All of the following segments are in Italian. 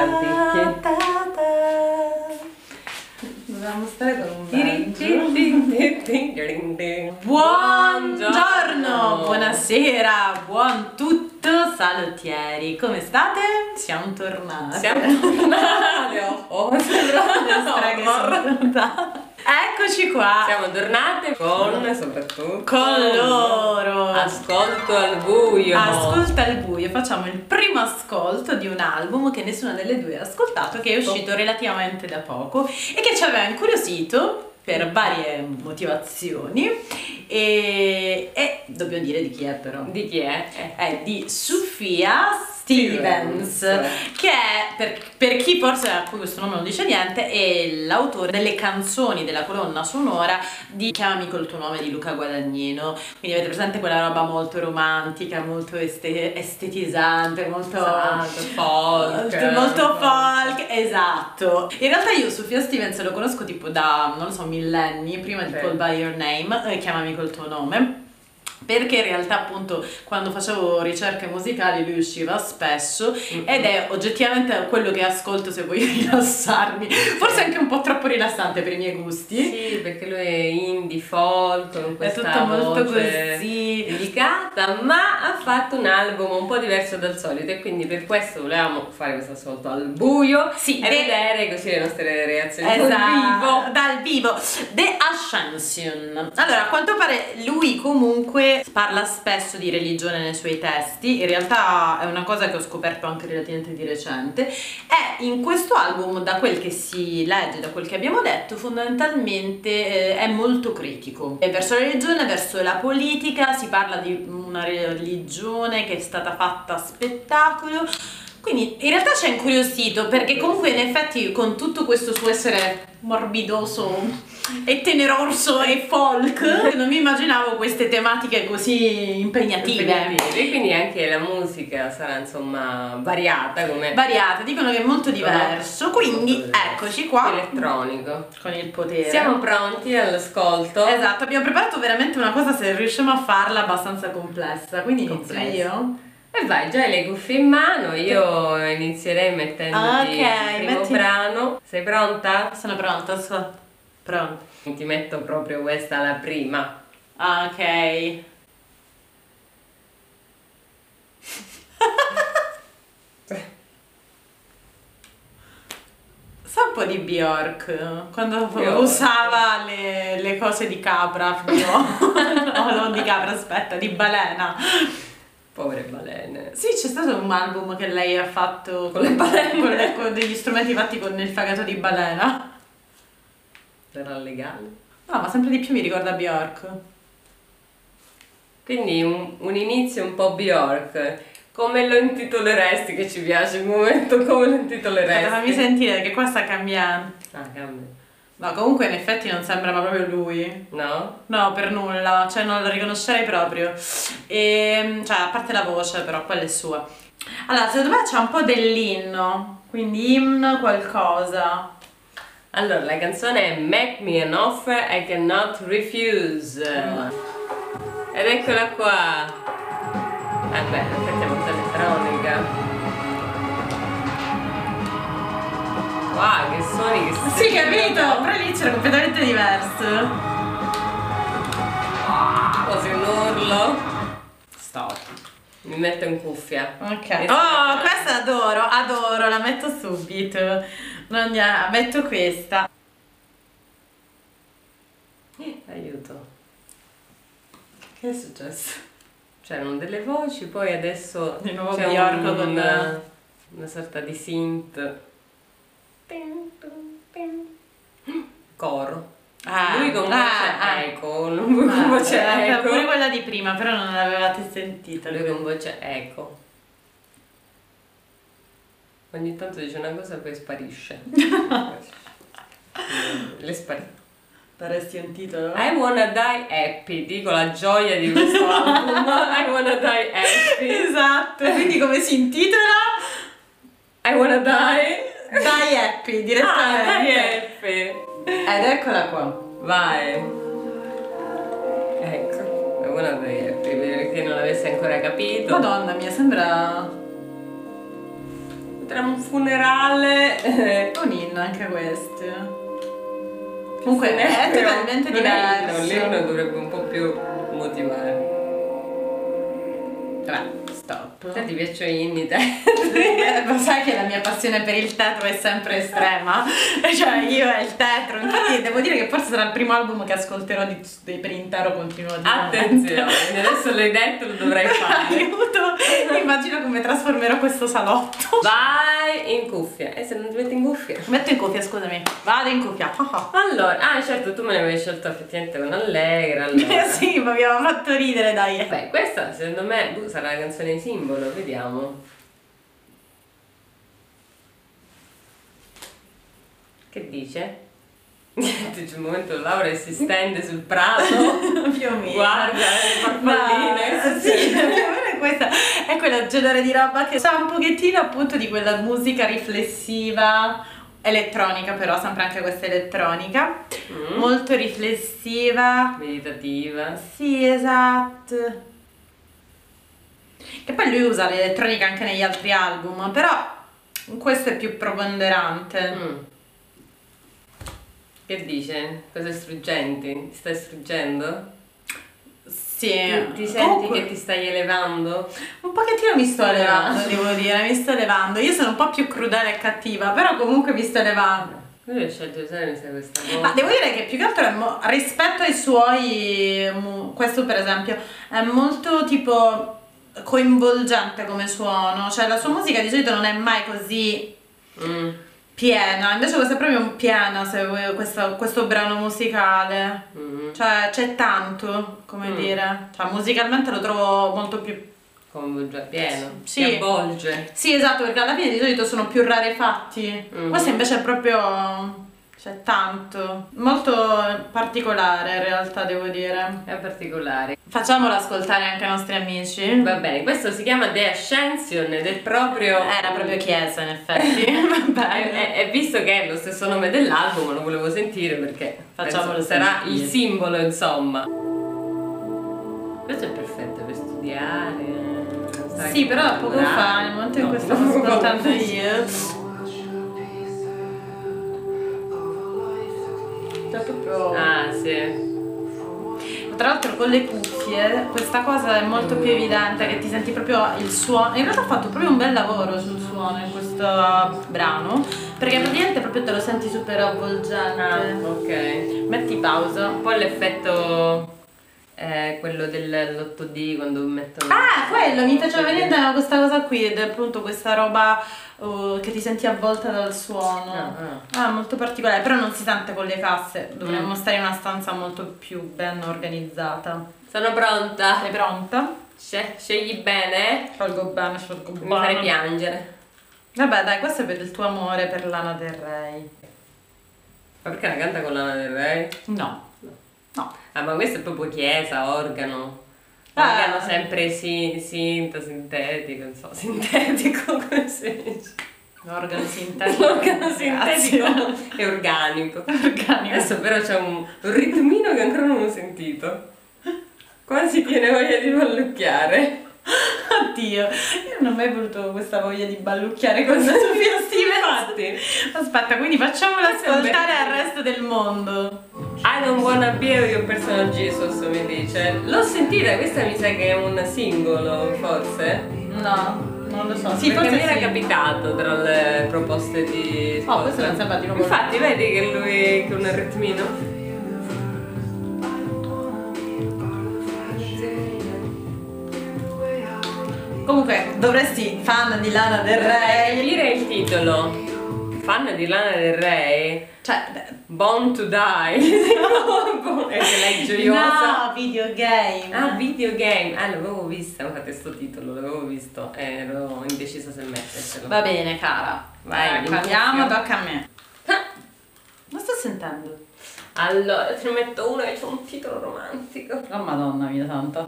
canticchi. Dobbiamo stare con un banjo. Buongiorno, buonasera, buon tutto, salutieri. Come state? Siamo tornati. Eccoci qua. Siamo tornate con, soprattutto, con loro. Ascolto al buio. Ascolta al buio. Facciamo il primo ascolto di un album che nessuna delle due ha ascoltato, che è uscito relativamente da poco e che ci aveva incuriosito per varie motivazioni e dobbiamo dire di chi è, però. Di chi è? È di Sufjan Stevens, che è, per chi forse a cui questo nome non dice niente, è l'autore delle canzoni della colonna sonora di Chiamami col tuo nome di Luca Guadagnino. Quindi avete presente quella roba molto romantica, molto estetizzante, molto folk, esatto. In realtà io Sufjan Stevens lo conosco tipo da, non lo so, millenni, prima di Call By Your Name, Chiamami col tuo nome, perché in realtà appunto quando facevo ricerche musicali lui usciva spesso ed è oggettivamente quello che ascolto se voglio rilassarmi, forse anche un po' troppo rilassante per i miei gusti. Sì, perché lui è indie folk, con questa è tutto molto voce così delicata, ma ha fatto un album un po' diverso dal solito e quindi per questo volevamo fare questo ascolto al buio e vedere così le nostre reazioni dal vivo. The Ascension. Allora, a quanto pare lui comunque parla spesso di religione nei suoi testi, in realtà è una cosa che ho scoperto anche relativamente di recente, e in questo album, da quel che si legge, da quel che abbiamo detto, fondamentalmente è molto critico verso la religione, verso la politica, si parla di una religione che è stata fatta a spettacolo. Quindi in realtà ci ha incuriosito, perché comunque in effetti con tutto questo suo essere morbidoso e teneroso e folk non mi immaginavo queste tematiche così impegnative. E quindi anche la musica sarà insomma variata, dicono che è molto diverso, quindi eccoci qua. Elettronico. Con il potere. Siamo pronti all'ascolto. Esatto, abbiamo preparato veramente una cosa, se riusciamo a farla, abbastanza complessa, quindi inizio io. E vai, già hai le cuffie in mano, io inizierei mettendoti il primo brano. Sei pronta? Sono pronta, pronta. Ti metto proprio questa alla prima. Ok. Sa un po' di Bjork, quando usava le cose di capra, no, non di capra, aspetta, di balena. Povere balene. Sì, c'è stato un album che lei ha fatto con le balene, con degli strumenti fatti con il fegato di balena. Era legale? No, ma sempre di più mi ricorda Bjork. Quindi un inizio un po' Bjork. Come lo intitoleresti, che ci piace il momento, come lo intitoleresti? Fammi sentire che qua sta cambiando. Ah, cambia. No, comunque in effetti non sembrava proprio lui. No? No, per nulla, cioè non lo riconoscerei proprio. Cioè, a parte la voce, però quella è sua. Allora, secondo me c'è un po' dell'inno, quindi imno qualcosa. Allora, la canzone è Make Me an Offer I Cannot Refuse. Ed eccola qua. Vabbè, infatti è molto elettronica. Wow, che suoni che Sì, capito? Però lì c'era completamente diverso. Quasi un urlo. Stop. Mi metto in cuffia. Ok. Oh, questa adoro, la metto subito. Metto questa. Aiuto. Che è successo? C'erano delle voci, poi adesso di nuovo c'è Bjork con una sorta di synth. Coro. Lui con voce eco, lui con voce eco. Pure quella di prima, però non l'avevate sentita. Lui con voce eco. Ogni tanto dice una cosa e poi sparisce. Le sparisce. Daresti un titolo? I wanna die happy, dico la gioia di questo album. I wanna die happy. Esatto, quindi come si intitola? I wanna die happy, direttamente. Die happy. Ed eccola qua. Vai. Ecco, I wanna die happy, per chi non l'avesse ancora capito. Madonna mia, sembra... tra un funerale. Un inno anche questo. Comunque è totalmente diverso. L'inno dovrebbe un po' più motivare. Vabbè, stop. Te ti piacciono gli inni te? Lo sai che la mia passione per il tetro è sempre estrema? Cioè io e il tetro, infatti devo dire che forse sarà il primo album che ascolterò per intero continuamente. Attenzione, adesso l'hai detto, lo dovrai fare. Aiuto, immagino come trasformerò questo salotto. Vai in cuffia. E se non ti metti in cuffia? Metto in cuffia, scusami. Vado in cuffia. Allora, certo, tu me ne avevi scelto effettivamente una allegra. Allora. Sì, ma mi aveva fatto ridere, dai. Beh, questa secondo me sarà la canzone simbolo, vediamo. Che dice? C'è un momento Laura e si stende sul prato. Più o meno. Guarda le farfalline. Sì, più o meno questa è quel genere di roba che sa un pochettino appunto di quella musica riflessiva, elettronica però, sempre anche questa elettronica, molto riflessiva. Meditativa. Sì, esatto. Che poi lui usa l'elettronica anche negli altri album, però questo è più preponderante. Che dice? Cose struggenti? Ti stai struggendo? Sì. Ti senti comunque, che ti stai elevando? un pochettino mi sto elevando, devo dire, mi sto elevando. Io sono un po' più crudele e cattiva, però comunque mi sto elevando. Lui ha scelto di usare questa cosa. Ma devo dire che più che altro è rispetto ai suoi, questo per esempio, è molto tipo coinvolgente come suono, cioè la sua musica di solito non è mai così piena, invece questa è proprio piena, se vuoi, questo brano musicale, cioè c'è tanto, come dire, cioè musicalmente lo trovo molto più pieno, sì. Ti avvolge. Sì, esatto, perché alla fine di solito sono più rarefatti, questo invece è proprio, c'è tanto, molto particolare in realtà, devo dire. È particolare. Facciamolo ascoltare anche ai nostri amici. Va bene, questo si chiama The Ascension ed è proprio... Era proprio chiesa in effetti. Vabbè. E visto che è lo stesso nome dell'album lo volevo sentire perché Facciamolo sarà sentire. il simbolo, insomma. Questo è perfetto per studiare. Sì, però poco fa, nel momento in cui stavo ascoltando io, cioè proprio... Ah, sì. Tra l'altro con le cuffie questa cosa è molto più evidente, che ti senti proprio il suono. In realtà ha fatto proprio un bel lavoro sul suono in questo brano, perché praticamente proprio te lo senti super avvolgente. Ah, ok. Metti pausa. Un po' l'effetto quello dell'8D quando mettono... Ah, quello mi faceva venire questa cosa qui, ed è appunto questa roba che ti senti avvolta dal suono. Molto particolare, però non si sente con le casse, dovremmo stare in una stanza molto più ben organizzata. Sono pronta. Sei pronta? Scegli bene. Scelgo bene, scelgo bene. Mi fai piangere. Vabbè dai, questo è per il tuo amore per Lana Del Rey. Ma perché la canta con Lana Del Rey? No. Ah, ma questo è proprio chiesa, organo. Organo sempre sintetico, non so, sintetico, come si dice? L'organo sintetico. L'organo sintetico è organico. Organico. Adesso però c'è un ritmino che ancora non ho sentito. Quasi tiene voglia di ballucchiare. Oddio, io non ho mai avuto questa voglia di ballucchiare con Sofia Stevens. Infatti. Aspetta, quindi facciamolo ascoltare al resto del mondo. I don't wanna be your personal Jesus, mi dice. L'ho sentita, questa mi sa che è un singolo, forse? No, non lo so. Sì, perché mi era capitato tra le proposte di... Oh, questo non sembra di nuovo. Infatti, vedi che lui con un ritmino? Comunque, dovresti, fan di Lana Del Rey, dire il titolo. Fan di Lana Del Rey? cioè, Born to Die. E che lei è gioiosa. no, videogame. Ah, videogame. Ah, l'avevo vista, infatti sto titolo, l'avevo visto. Ero indecisa se mettercelo. Va bene, cara. Vai, andiamo, tocca a me. Non sto sentendo. Allora, te ne metto uno che c'è un titolo romantico. Oh madonna mia santa.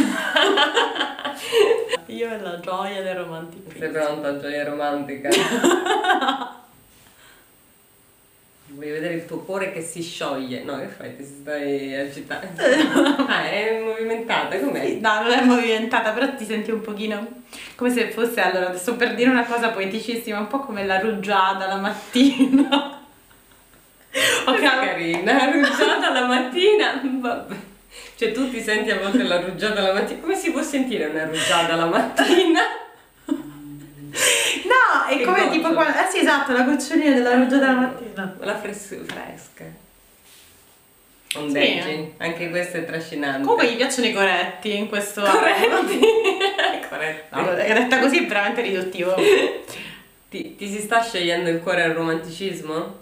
Io e la gioia del romanticismo. Sei pronta, gioia romantica? voglio vedere il tuo cuore che si scioglie. No, che fai? Ti stai agitando? Ah, è movimentata, com'è? Sì, no, non è movimentata, però ti senti un pochino come se fosse, allora, sto per dire una cosa poeticissima, un po' come la rugiada la mattina. Ok, carina, rugiada la mattina, vabbè. Cioè tu ti senti a volte la rugiada la mattina, come si può sentire una rugiada la mattina? No, è Che come goccio. tipo quando, sì esatto, la gocciolina della rugiada la mattina. La fresca. Ondeggi, anche questo è trascinante. Comunque gli piacciono i corretti in questo Corretti. Corretto. No, detta così è veramente riduttivo. Ti si sta sciogliendo il cuore al romanticismo?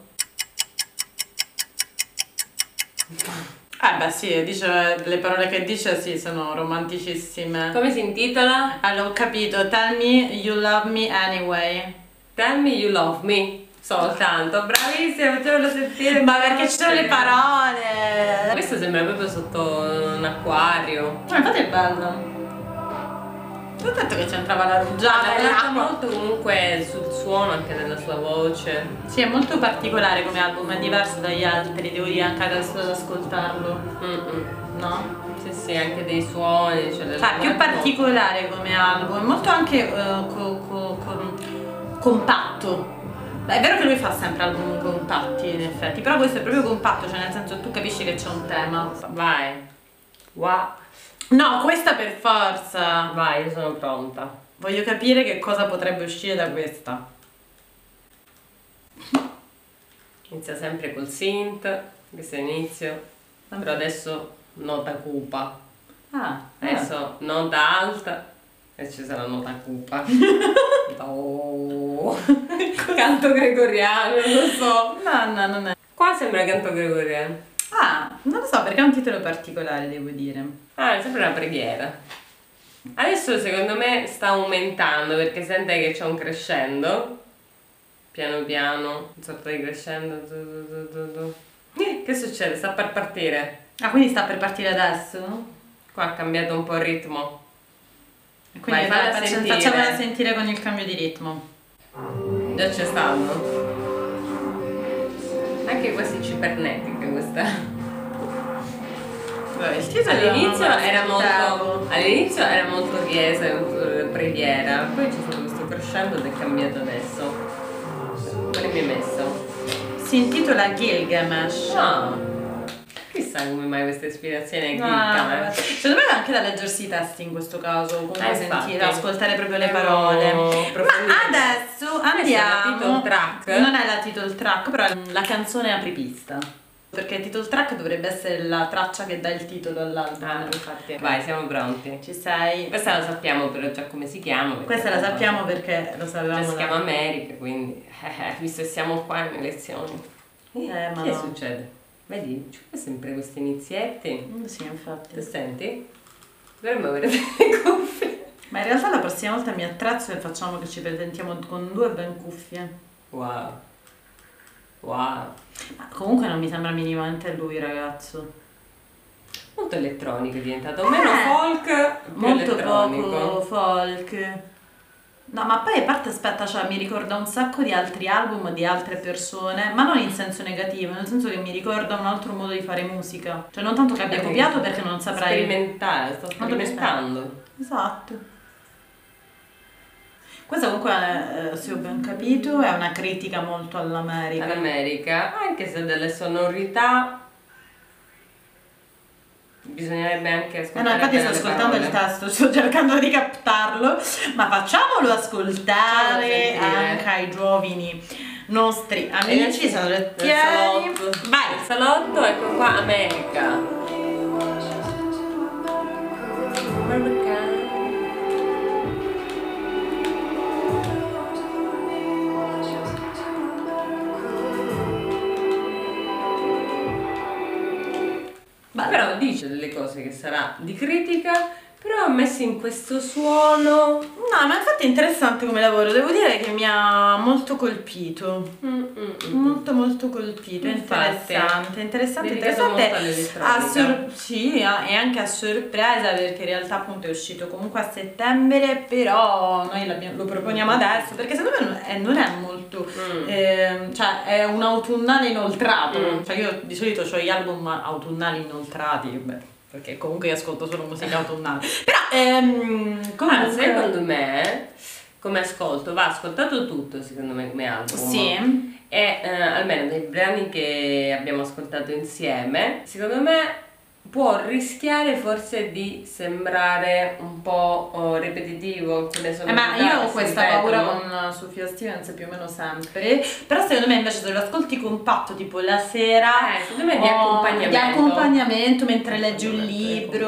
Beh sì, dice, le parole che dice sì, sono romanticissime. Come si intitola? Allora, ho capito, tell me you love me anyway. Tell me you love me. Soltanto, bravissima, facciamolo sentire. Ma perché ci sono le parole? Questo sembra proprio sotto un acquario. Ma infatti è bello. Ti ho detto che c'entrava la rugiada Ha e lavorato l'acqua. molto comunque sul suono anche della sua voce. Sì, è molto particolare come album, è diverso dagli altri, devo dire anche adesso ad ascoltarlo. No? Sì, sì, anche dei suoni. Cioè, più particolare come album, è molto anche compatto. Beh, è vero che lui fa sempre album compatti in effetti, però questo è proprio compatto, cioè nel senso tu capisci che c'è un tema. Vai. Wow. No, questa per forza. Vai, io sono pronta. Voglio capire che cosa potrebbe uscire da questa. Inizia sempre col synth, questo è l'inizio. Però adesso nota cupa. Adesso nota alta e ci sarà nota cupa. Oh. Canto gregoriano, non lo so. No, non è. Qua sembra canto gregoriano. Non lo so perché è un titolo particolare, devo dire. È sempre una preghiera. Adesso secondo me sta aumentando perché sente che c'è un crescendo. Piano piano, un sorta di crescendo. Che succede? Sta per partire. Quindi sta per partire adesso? Qua ha cambiato un po' il ritmo. Quindi Vai, falla sentire. facciamola sentire con il cambio di ritmo. Già c'è stato. Anche quasi cibernetica questa. Il titolo All'inizio era molto chiesa, molto preghiera, poi c'è stato questo crescendo ed è cambiato adesso. Quale mi hai messo? Si intitola Gilgamesh. Chissà come mai questa ispirazione clicca. Secondo me è anche da leggersi i testi in questo caso, comunque sentire, ascoltare proprio le parole. Ma adesso andiamo. Questa è la title track? Non è la title track, però è la canzone apripista. Perché il title track dovrebbe essere la traccia che dà il titolo all'album. Infatti. Vai, siamo pronti. Ci sei? Questa la sappiamo però già come si chiama. Questa la sappiamo perché lo sapevamo. Si chiama America, quindi visto che siamo qua in elezioni. Ma che no. succede? Vedi, c'è sempre questi inizietti. Sì, infatti. Tu senti? Dovremmo avere delle cuffie. Ma in realtà la prossima volta mi attrezzo e facciamo che ci presentiamo con 2 ben cuffie. Wow. Ma comunque non mi sembra minimamente lui, ragazzo. Molto elettronico è diventato, meno folk, più molto elettronico. poco folk. No, ma poi a parte, aspetta, cioè mi ricorda un sacco di altri album di altre persone, ma non in senso negativo, nel senso che mi ricorda un altro modo di fare musica. Cioè non tanto che abbia copiato perché non saprei. Sto sperimentando. Esatto. Questa comunque, se ho ben capito, è una critica molto all'America. All'America, anche se delle sonorità bisognerebbe anche ascoltare. No, infatti sto bene le ascoltando il parole. testo, sto cercando di captarlo, ma facciamolo ascoltare anche ai giovani nostri amici, salottieri. Vai, il salotto, ecco qua, America. Però dice delle cose che sarà di critica, però messi in questo suono. No, ma infatti è interessante come lavoro, devo dire che mi ha molto colpito. Molto colpito, Infatti, interessante molto all'elettronica. Sì, e anche a sorpresa perché in realtà appunto è uscito comunque a settembre, però noi lo proponiamo adesso perché secondo me non è molto molto cioè è un autunnale inoltrato, cioè io di solito ho gli album autunnali inoltrati, perché comunque io ascolto solo musica autunnale, però comunque secondo me come ascolto va ascoltato tutto, secondo me, come album. sì, E almeno dei brani che abbiamo ascoltato insieme, secondo me può rischiare forse di sembrare un po' ripetitivo, ma io ho questa paura con Sufjan Stevens più o meno sempre, però secondo me invece se lo ascolti compatto tipo la sera, secondo me di accompagnamento mentre leggi un libro,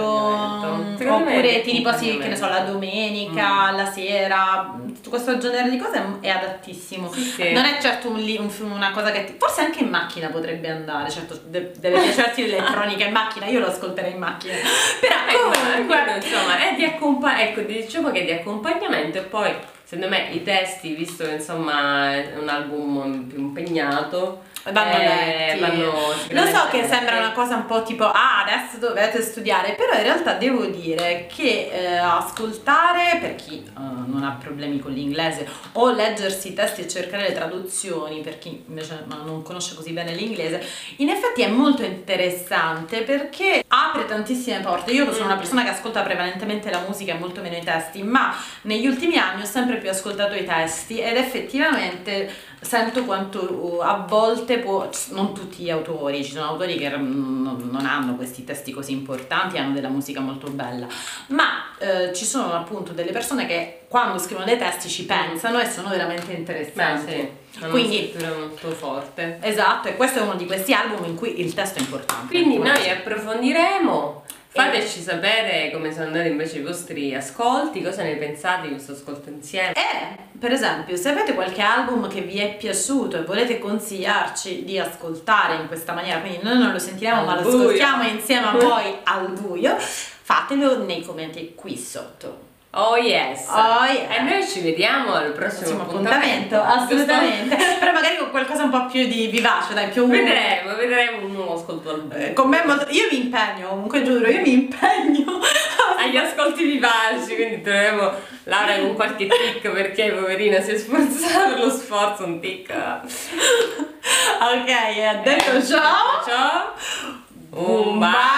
oppure ti riposi, che ne so, la domenica, la sera, tutto questo genere di cose è adattissimo. Sì. Non è certo una cosa che forse anche in macchina potrebbe andare, certo deve piacerti l'elettronica in macchina, io lo ascolterei in macchina, però comunque insomma è diciamo che è di accompagnamento, e poi secondo me i testi, visto che insomma è un album più impegnato, vanno letti. Lo so che sembra una cosa un po' tipo adesso dovete studiare, però in realtà devo dire che ascoltare, per chi non ha problemi con l'inglese, o leggersi i testi e cercare le traduzioni per chi invece non conosce così bene l'inglese, in effetti è molto interessante perché apre tantissime porte. Io sono una persona che ascolta prevalentemente la musica e molto meno i testi, ma negli ultimi anni ho sempre più ascoltato i testi ed effettivamente sento quanto a volte non tutti gli autori, ci sono autori che non hanno questi testi così importanti, hanno della musica molto bella, ma ci sono appunto delle persone che quando scrivono dei testi ci pensano e sono veramente interessanti. Quindi una scrittura molto forte. Esatto, e questo è uno di questi album in cui il testo è importante. Quindi noi approfondiremo. Fateci sapere come sono andati invece i vostri ascolti, cosa ne pensate di questo ascolto insieme. E per esempio, se avete qualche album che vi è piaciuto e volete consigliarci di ascoltare in questa maniera, quindi noi non lo sentiremo ma lo ascoltiamo insieme a voi al buio, fatelo nei commenti qui sotto. Oh yes! E noi ci vediamo al prossimo appuntamento. Assolutamente. Però magari con qualcosa un po' più di vivace, dai, più vedremo un nuovo ascolto al buio. Con me io mi impegno, comunque giuro, io mi impegno agli ascolti vivaci, quindi troviamo Laura con qualche tic perché poverina si è sforzata per lo sforzo, un tic. Ok, detto ciao. Un bacio.